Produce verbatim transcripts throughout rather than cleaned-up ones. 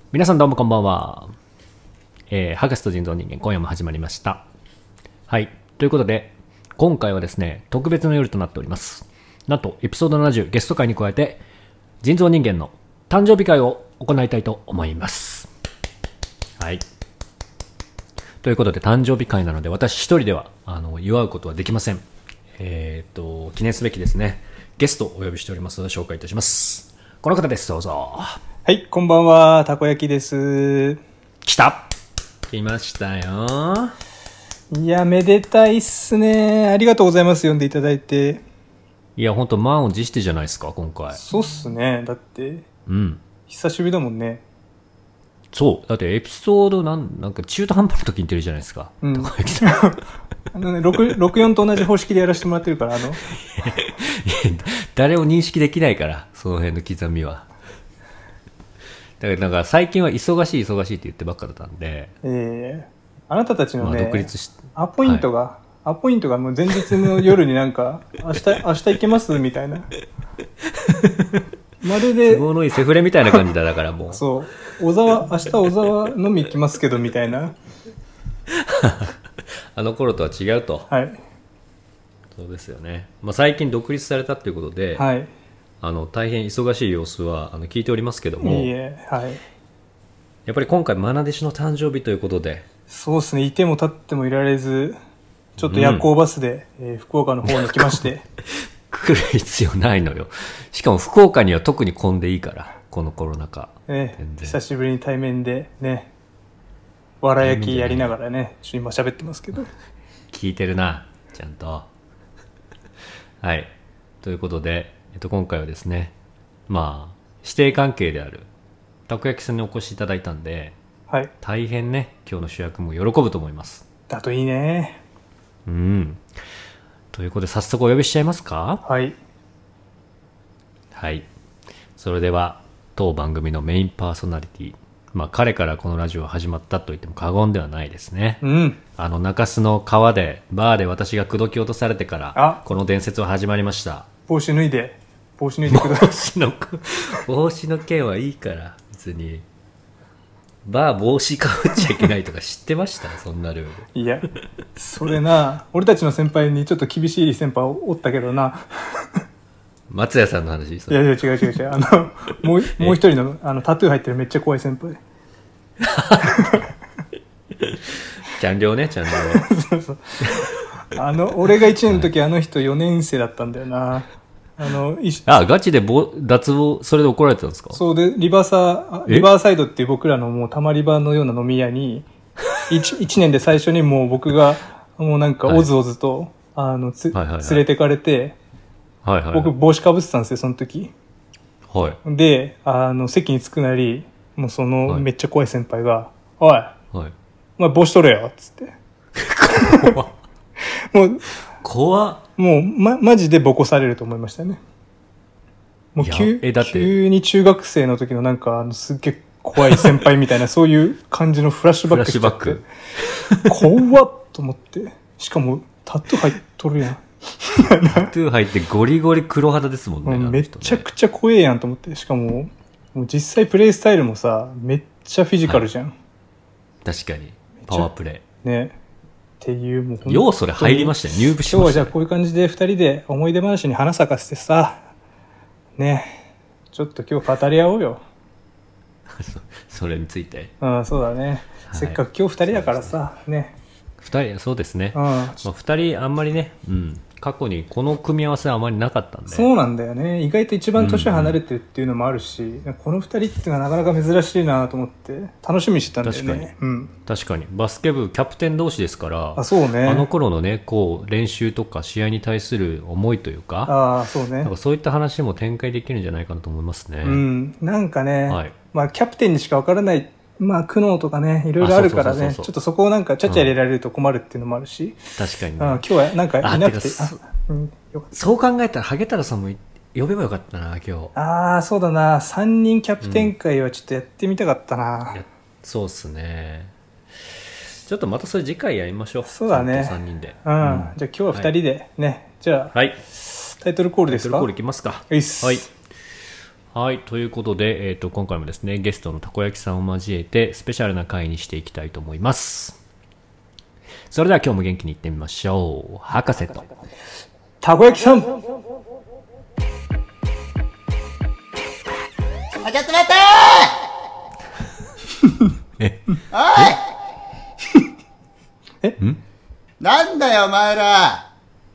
皆さんどうもこんばんは。えー、博士と人造人間、今夜も始まりました。はい。ということで、今回はですね、特別な夜となっております。なんと、エピソードななじゅうゲスト会に加えて、人造人間の誕生日会を行いたいと思います。はい。ということで、誕生日会なので、私一人では、あの、祝うことはできません。えーっと、記念すべきですね。ゲストをお呼びしておりますので、紹介いたします。この方です、どうぞ。 はい、こんばんは、たこ焼きです。 来た来ましたよ。 いや、めでたいっすね。ありがとうございます、読んでいただいて。 いや、ほんと満を持してじゃないですか、今回。 そうっすね。だって、 うん。 久しぶりだもんね。 そう。だってエピソードなん、なんか中途半端な時に出るじゃないですか。 うん。 たこ焼きさん。 あのね、ろくじゅうよんと同じ方式でやらせてもらってるから、あの。 誰も認識できないから、その辺の刻みは。だからなんか最近は忙しい忙しいって言ってばっかだったんで、 えー、あなたたちのね、 まあ、独立しアポイントが、はい、アポイントがもう前日の夜になんか、明日、明日行けますみたいな。まるで、 都合のいいセフレみたいな感じだ、だからもう。 そう。小沢、明日小沢飲み行きますけど、みたいな。 あの頃とは違うと。 はい。 そうですよね。まあ、最近独立されたっていうことで、 はい。 あの大変忙しい様子はあの聞いておりますけども、 いいえ、はい。 やっぱり今回愛弟子の誕生日ということで、 そうですね、いても立ってもいられず、ちょっと夜行バスで、うんえー、福岡の方に来まして。 来る必要ないのよ。しかも福岡には特に混んでいいから、このコロナ禍。 ね、久しぶりに対面でね、わら焼きやりながらね、ちょっと今喋ってますけど。 聞いてるな、ちゃんと。はい。ということで、えっと、今回はですね、まあ、師弟関係であるたこ焼きさんにお越しいただいたんで、 はい、 大変ね、今日の主役も喜ぶと思います。 だといいね。 うん。ということで、早速お呼びしちゃいますか？ はい。 はい。それでは、当番組のメインパーソナリティ、まあ、彼からこのラジオは始まったと言っても過言ではないですね。 うん。 あの、中洲の川で、バーで私が口説き落とされてから、この伝説は始まりました。 帽子脱いで、帽子脱いでください。 帽子の、帽子の件はいいから、別に。バー帽子かぶっちゃいけないとか知ってましたそんなルール。 いや、それな、俺たちの先輩にちょっと厳しい先輩おったけどな。 松屋さんの話？ いやいや、違う違う違う。あの、もう、もう一人の、あの、タトゥー入ってるめっちゃ怖い先輩。 ちゃんりょうね、ちゃんりょう。 そうそう。あの、俺がいちねんの時、あの人よねん生だったんだよな。あの、 あ、ガチでぼ脱帽、それで怒られてたんですか？ そうで、リバーサ、リバーサイドっていう僕らのもうたまり場のような飲み屋に、1, 一年で最初にもう僕が、もうなんかおずおずと、はい、あの、つ、はいはいはい、連れてかれて、はいはいはい、僕帽子かぶってたんですよ、その時。はい。で、あの、席に着くなり、もうその、めっちゃ怖い先輩が、おい、はい、お前帽子取れよ、つって。もう、 怖っ。 もう、ま、マジでボコされると思いましたね。もう急、えだって急に中学生の時のなんか、あのすっげえ怖い先輩みたいな、そういう感じのフラッシュバックしちゃって。フラッシュバック。怖っと思って。しかも、タトゥー入っとるやん。 タトゥー入ってゴリゴリ黒肌ですもんね。 めちゃくちゃ怖えやんと思って。しかも、もう実際プレイスタイルもさ、めっちゃフィジカルじゃん。はい、 確かに。パワープレイ。 ね。っていう、もう本当に。 要素で入りましたよ。入部しました、ね。 今日はじゃあこういう感じで二人で思い出話に花咲かせてさ、ね、ちょっと今日語り合おうよ。 そ, それについて。 うん、そうだね。はい、せっかく今日二人だからさ、ね。 二人、そうですね。 うん。 まあ、二人あんまりね、うん。過去にこの組み合わせはあまりなかったんで。 そうなんだよね。意外と一番年離れてるっていうのもあるし、うんうん、この二人っていうのはなかなか珍しいなと思って楽しみにしてたんだよね。 確かに、 うん、 確かにバスケ部キャプテン同士ですから。 あ、そうね。 あの頃のね、こう練習とか試合に対する思いというか、 あ、そうね。 なんかそういった話も展開できるんじゃないかなと思いますね。 うん、なんかね、 はい、 まあキャプテンにしかわからない。まあ苦悩とかね、いろいろあるからね、ちょっとそこをなんかちゃちゃ入れられると困るっていうのもあるし、 うん、確かに、ね、 あ、今日はなんかいなくて、あ、 うん、そう考えたらハゲ太郎さんも呼べばよかったな今日。 ああ、そうだな、さんにんキャプテン会はちょっとやってみたかったな、 うん、そうっすね。ちょっとまたそれ次回やりましょう。 そうだね、 さんにんで、 うん、うん、じゃあ今日はふたりでね、はい、じゃあ、 はい、 タイトルコールですか。 タイトルコールいきますか。 はい、 はいはい、ということで、えーと、今回もですね、ゲストのたこ焼きさんを交えてスペシャルな回にしていきたいと思います。それでは今日も元気にいってみましょう。博士とたこ焼きさん。あ、ちょっと待ってーえおいえんなんだよお前ら。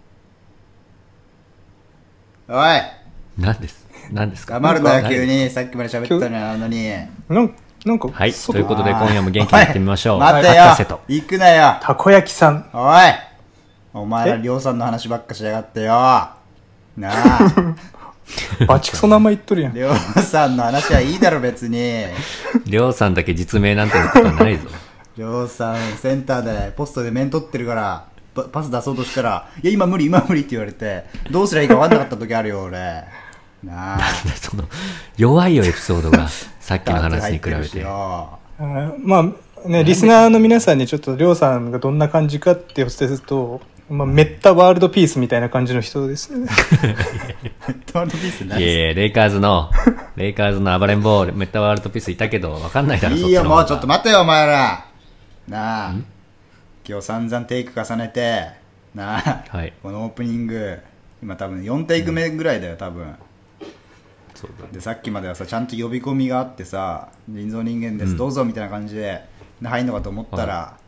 おい何です何ですか。 黙るなよ急に。さっきまで喋ったのに。 なんなんかはい、ということで今夜も元気にいってみましょう。 待てよ、 博士と行くなよたこ焼きさん。 おいお前らりょうさんの話ばっかしやがってよなあバチクソ名前言っとるやん。 りょうさんの話はいいだろ別に。 りょうさんだけ実名なんてことはないぞ。 りょうさんセンターでポストで面取ってるからパ, パス出そうとしたらいや今無理今無理って言われてどうすりゃいいか分かんなかった時あるよ俺なあ。 その弱いよエピソードがさっきの話に比べて。 あまあね、リスナーの皆さんにちょっとりょうさんがどんな感じかってお伝えすると、まあ、メッタワールドピースみたいな感じの人ですね。 メッタワールドピース何いやいやレイカーズのレイカーズの暴れん坊メッタワールドピースいたけど分かんないだろ。 いいよもうちょっと待ってよお前らなあ。今日散々テイク重ねてなあ、はい、このオープニング今多分よんテイク目ぐらいだよ多分、うん、そうだでさっきまではさちゃんと呼び込みがあってさ人造人間です、うん、どうぞみたいな感じで入んのかと思ったら、はい、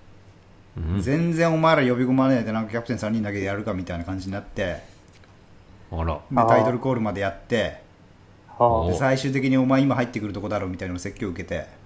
全然お前ら呼び込まないでなんかキャプテンさんにんだけでやるかみたいな感じになって、 あらでタイトルコールまでやって、で最終的にお前今入ってくるとこだろうみたいなのを説教を受けて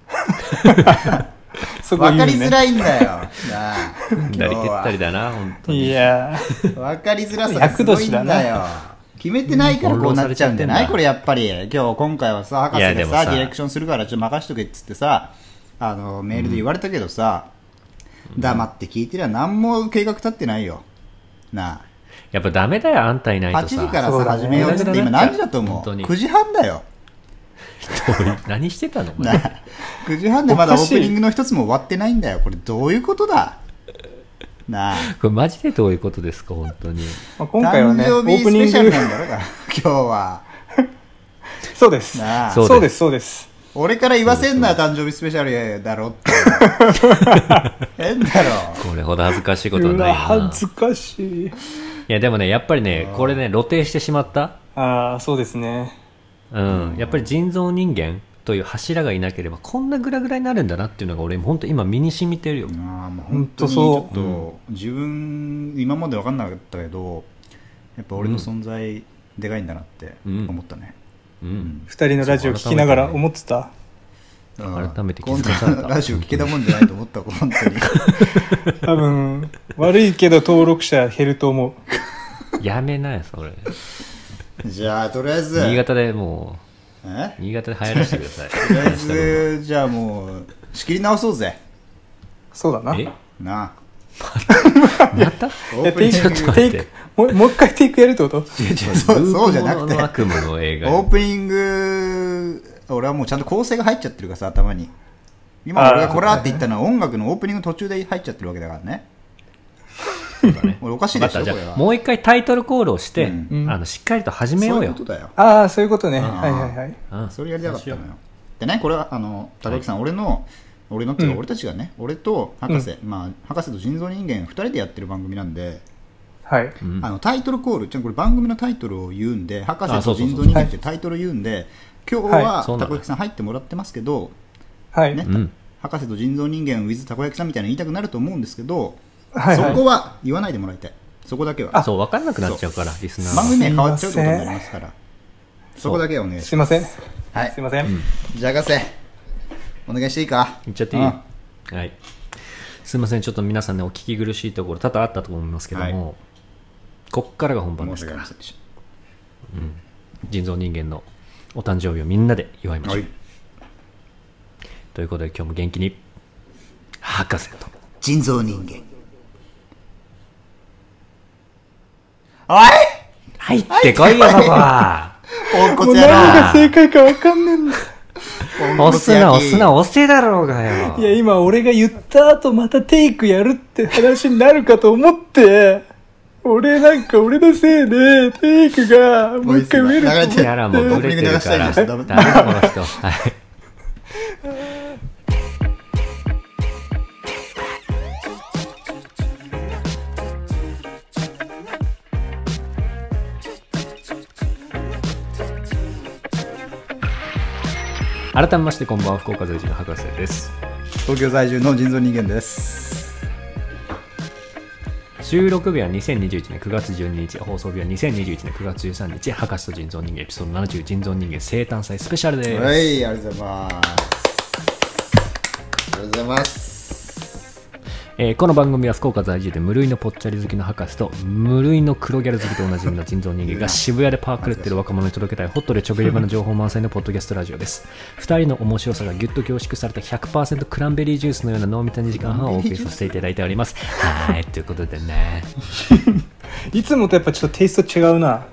分かりづらいんだよなあ。 だりてったりだな本当に。 いや分かりづらさがすごいんだよ。決めてないからこうなっちゃうんじゃないこれやっぱり。今日今回はさ博士がさディレクションするからちょっと任しとけっつってさあのメールで言われたけどさ、うん、黙って聞いてりゃ何も計画立ってないよなあ。 やっぱダメだよあんたいないとさ。 はちじからさ始めようっつって今何時だと思う。くじはんだよ。 何してたのくじはんでまだオープニングの一つも終わってないんだよ。これどういうことだなあ。 これマジでどういうことですか本当に。 まあ、今回はね誕生日スペシャルなんだろうか今日は。 そうですなあ。そうですそうです。 俺から言わせんな誕生日スペシャルだろって変だろ。 これほど恥ずかしいことはないな。 恥ずかしい。いやでもねやっぱりねこれね露呈してしまった。 ああそうですね。 うん、やっぱり人造人間という柱がいなければこんなグラグラになるんだなっていうのが俺本当今身に染みてるよ。 あもう本当にちょっと、うん、自分今まで分かんなかったけどやっぱ俺の存在でかいんだなって思ったね。 うんうん、ふたりのラジオ聞きながら思ってた。 改めて気づかされた。 ラジオ聞けたもんじゃないと思った本当に。 多分悪いけど登録者減ると思う。やめなよそれ。 じゃあとりあえず新潟でもうえ新潟で流行らせてください。 とりあえずじゃあもう仕切り直そうぜ。 そうだな。 えなあまたオープニングテイクもう、もう一回テイクやるってこと？ そうそうじゃなくて悪夢の映画オープニング俺はもうちゃんと構成が入っちゃってるからさ頭に。今俺がこれだって言ったのは音楽のオープニング途中で入っちゃってるわけだからね。 そうだね、 俺おかしいでしょこれは。 もう一回タイトルコールをして、うん、あのしっかりと始めようよ。 そういうことだよ。 ああそういうことね。はいはいはい。 ああそれやりたかったのよ。でねこれはあの高木さん、はい、俺の俺のっていうか、うん、俺たちがね俺と博士、うん、まあ博士と人造人間ふたりでやってる番組なんで、 はい、 あのタイトルコールじゃこれ番組のタイトルを言うんで博士と人造人間ってタイトル言うんで、今日は高木さん入ってもらってますけど、 はいね、うん、博士と人造人間 with たこ焼きさんみたいなの言いたくなると思うんですけど、 はいはい、 そこは言わないでもらいたい。そこだけはあそう分からなくなっちゃうからリスナー番組名変わっちゃうことになりますからそこだけはお願いします。 すいませんはいすいません、うん、 じゃあ博士お願いしていいか。 言っちゃっていい、うん、はいすいませんちょっと皆さんねお聞き苦しいところ多々あったと思いますけども、はい、こっからが本番ですから、うん、人造人間のお誕生日をみんなで祝いましょう、はい、ということで今日も元気に博士と人造人間おい入ってこいよそこは。 もう何が正解か分かんねえんだ。 押すな押すな押せだろうがよ。 いや今俺が言った後またテイクやるって話になるかと思って俺なんか俺のせいでテイクがもう一回上ると思ってキャラもブレてるからダメだこの人。はい。改めましてこんばんは、福岡在住の博士です。 東京在住の人造人間です。 収録日はにせんにじゅういちねんくがつじゅうににち、放送日はにせんにじゅういちねんくがつじゅうさんにち、博士と人造人間エピソードななじゅう人造人間生誕祭スペシャルです。 はい、ありがとうございます。ありがとうございます。 えー、この番組は福岡在住で無類のぽっちゃり好きの博士と無類の黒ギャル好きとおなじみの人造人間が渋谷でパークレってる若者に届けたいホットでちょびレバの情報満載のポッドキャストラジオです。ふたりの面白さがギュッと凝縮された ひゃくパーセント クランベリージュースのような濃密なにじかんはんをお送りさせていただいております。はい、ということでねいつもとやっぱちょっとテイスト違うな。はい。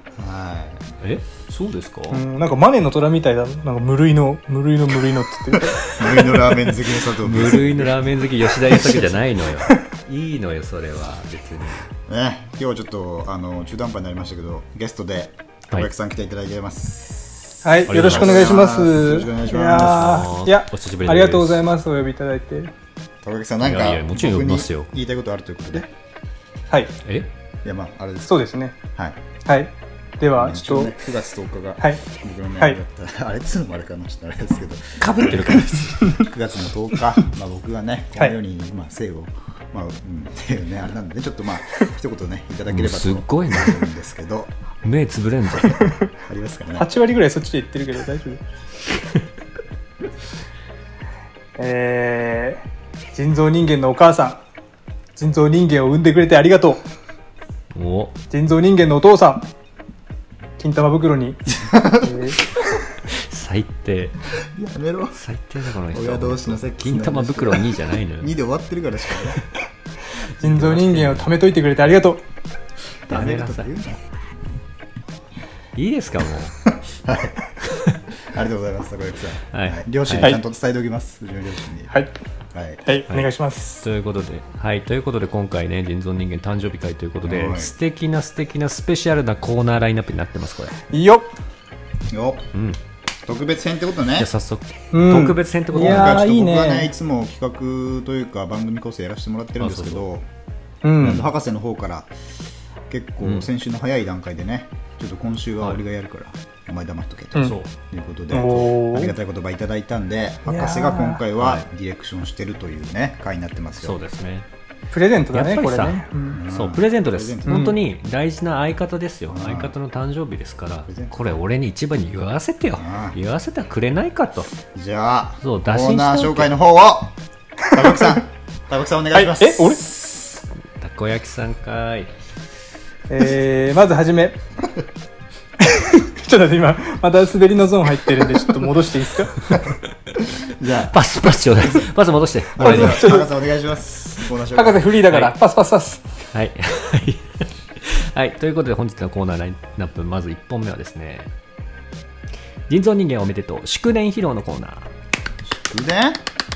えそうですか。 うん、なんかマネの虎みたいだ。なんか無類の無類の無類のって言ってる。 無類のラーメン好きの佐藤無類のラーメン好き吉田優作じゃないのよ。いいのよそれは別に。 ね、今日はちょっとあの中途半端になりましたけどゲストで小垣さん来ていただいてます。 はい、よろしくお願いします。 よろしくお願いします。 いや、お久しぶりです。ありがとうございます。お呼びいただいて。 小垣さんなんかいやいやもちろん呼びますよ。 言いたいことあるということで。 はい。 え？ いやまああれです。 そうですね。 はい。 はい。ではちょっとくがつとおかがはい僕のメールだった、はい、あれっつうのもあれかなちょっとあれですけどかぶってるからですくがつのとおか、まあ、僕がねこのように、はい、まあ、生をまあうんっていうねあれなんで、ね、ちょっとまあ一言ねいただければと思うんですけど目つぶれんぞありますからね。 はちわりぐらいそっちで言ってるけど大丈夫えー、人造人間のお母さん人造人間を産んでくれてありがとう。 お人造人間のお父さん金玉袋に、えー、 最低やめろ最低だこの人。 親同士のセックス金玉袋にじゃないのよ。 にで終わってるからしかね人造人間を貯めといてくれてありがとう。 やめなさい。いいですかもうはいありがとうございます小垣さん、 はいはい、 両親にちゃんと伝えておきます、はい、うちの両親にはいはい、 はい、お願いします。 ということで、はい、ということで今回ね人造人間誕生日会ということで、はい、素敵な素敵なスペシャルなコーナーラインナップになってますこれ。 いいよ。 よ、うん、特別編ってことね。 じゃ早速、うん、特別編ってことね。 いやいいね。僕はねいつも企画というか番組構成やらせてもらってるんですけど、 うん、 博士の方から結構先週の早い段階でね、ちょっと今週は俺がやるから、はい、お前黙っとけと、うん、いうことでありがたい言葉いただいたんで博士が今回はディレクションしてるというね回になってますよ。 そうですね。 プレゼントだねやっぱりさこれね、うん、 そうプレゼントです、うん、本当に大事な相方ですよ、うん、相方の誕生日ですから、うん、これ俺に一番に言わせてよ、うん、言わせてはくれないかと。 じゃあそうコーナー紹介の方をたこ焼きさんたこ焼きさんお願いします、 はい、え俺たこ焼きさんかい。 えー、まずはじめちょっと待って今また滑りのゾーン入ってるんでちょっと戻していいですかじゃあパスパスちょうだいパス戻して博士お願いします。 博士フリーだから、はい、パスパスパスはいはい、ということで本日のコーナーラインナップまずいっぽんめはですね人造人間おめでとう祝電披露のコーナー。 祝電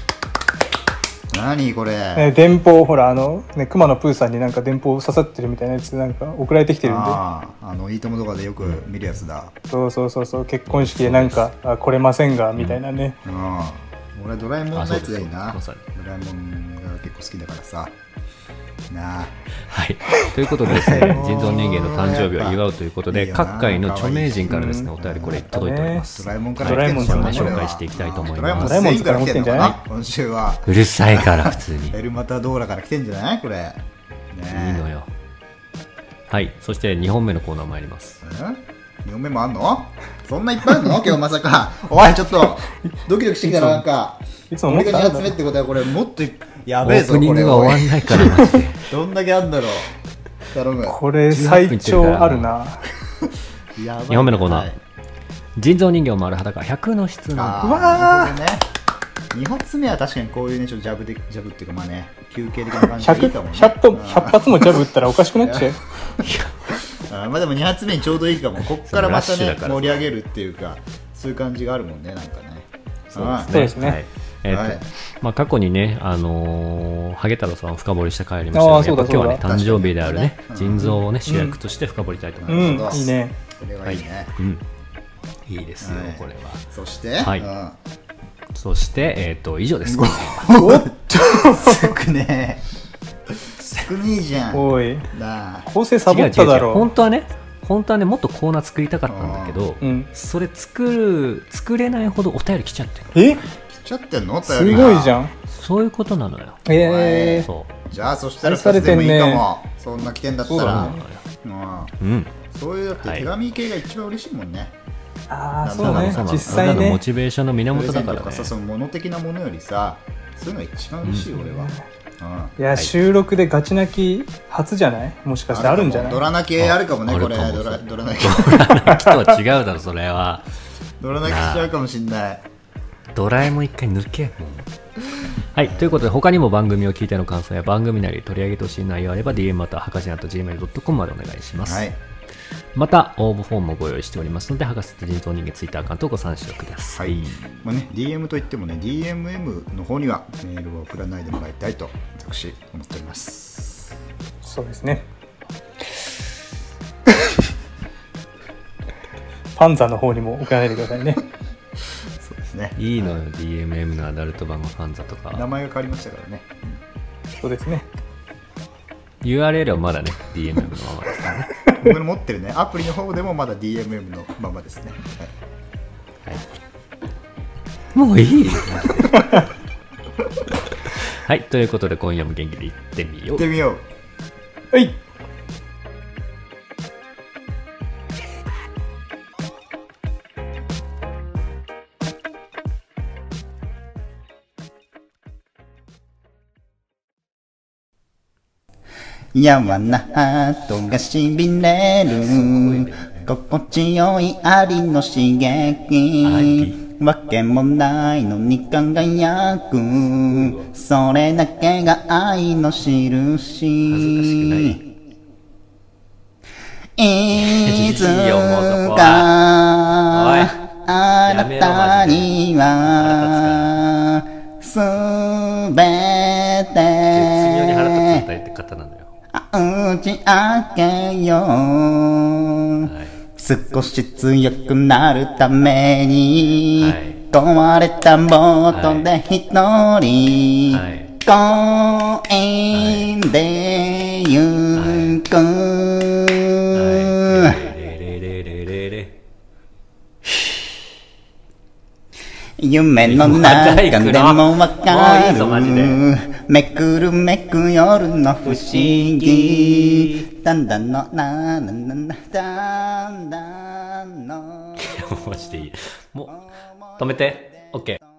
何これ、 ね、電報ほらあのね熊野プーさんになんか電報刺さってるみたいなやつなんか送られてきてるんで、 ああのいいともとかでよく見るやつだ、 うん、そうそうそうそう結婚式でなんかあ来れませんがみたいなね、 うん、うん、俺ドラえもんのやつがいいな。ドラえもんが結構好きだからさなあ。 はいということでですね人造人間の誕生日を祝うということで各界の著名人からですねお便りこれ届いております。 ドラえもんからドラえもんから紹介していきたいと思います。 ドラえもんから来てんじゃない今週は。 うるさいから普通にエルマタドーラから来てんじゃないこれ、ね、 いいのよ。はいそしてにほんめのコーナー参ります。 にほんめもあんのそんないっぱいあるの今日まさかおいちょっとドキドキしてきたな。なんかいつも俺がに発目ってことはこれもっとやべえぞ。 オープニングが終わんないからマジでどんだけあんだろう頼む。 これ最長あるな。 にほんめのコーナー、はい、人造人形丸裸ひゃくの質問。うわー、 ね、に発目は確かにこういうねちょっとジャブでジャブっていうかまあね休憩的な感じでいいかもね。ひゃく, ひゃく発もジャブ打ったらおかしくなっちゃうあまあでもに発目にちょうどいいかも。こっからまたね盛り上げるっていうかそういう感じがあるもんねなんかね。 そうですね、はい、 えーとはいまあ、過去にね、あのー、ハゲ太郎さんを深掘りして帰りましたけど、やっぱ今日はね、誕生日であるね、腎臓をね、主役として深掘りたいと思います。 うん、いいね。 これはいいね。 うん。いいですよ、これは。 そして、 はい。そして、えっと、以上です。 おっと少ねえ。少ねえじゃん。 おい。構成サボっただろ。 本当はね、本当はね、もっとコーナー作りたかったんだけど、それ作る、作れないほどお便り来ちゃってる。 え？ 来ちゃってんの？ すごいじゃん。 そういうことなのよ。 ええ。 そう。 じゃあそしたらされてもいいかも。そんな来てんだったら。 うん。 そういうだって手紙系が一番嬉しいもんね。 ああ、そうね。実際ね。 モチベーションの源だからね。 その物的なものよりさ、そういうのが一番嬉しい俺は。 いや、収録でガチ泣き初じゃない？もしかしてあるんじゃない？ ドラ泣きあるかもね、これ。ドラドラ泣き。ドラ泣きとは違うだろ、それは。 ドラ泣きしちゃうかもしんない。 ドラえもん一回抜け。はい、ということで他にも番組を聞いての感想や番組内で取り上げてほしい内容あれば ディーエム またはかしなと ジーメールドットコム までお願いします。はい。また応募フォームもご用意しておりますので、博士と人造人間ツイッターアカウントをご参照ください。はい。 まあね、ディーエム といってもね、ディーエムエム の方にはメールを送らないでもらいたいと私思っております。 そうですね。ファンザの方にも送らないでくださいね。 そうですね。 いいのよ、ディーエムエム のアダルト版のファンザとか。 名前が変わりましたからね。 そうですね。 ユーアールエル はまだね、ディーエムエム のままですからね。 僕の持ってるね、アプリの方でもまだ ディーエムエム のままですね。 はい。はい、もういいはい、ということで今夜も元気でいってみよう。 行ってみよう。はい。 やわなハートがしびれる心地よいありの刺激わけもないのに輝くそれだけが愛の印いつかあなたにはすべて絶妙に腹立つ歌いって方なのよ。 打ち明けよう、はい、少し強くなるために、はい、壊れたボートで一人、はい、公園で行く、はいはい、夢の中でもわかるめくるめく夜の不思議だんだんのななななだんだんのマジでいい。もう止めて OK。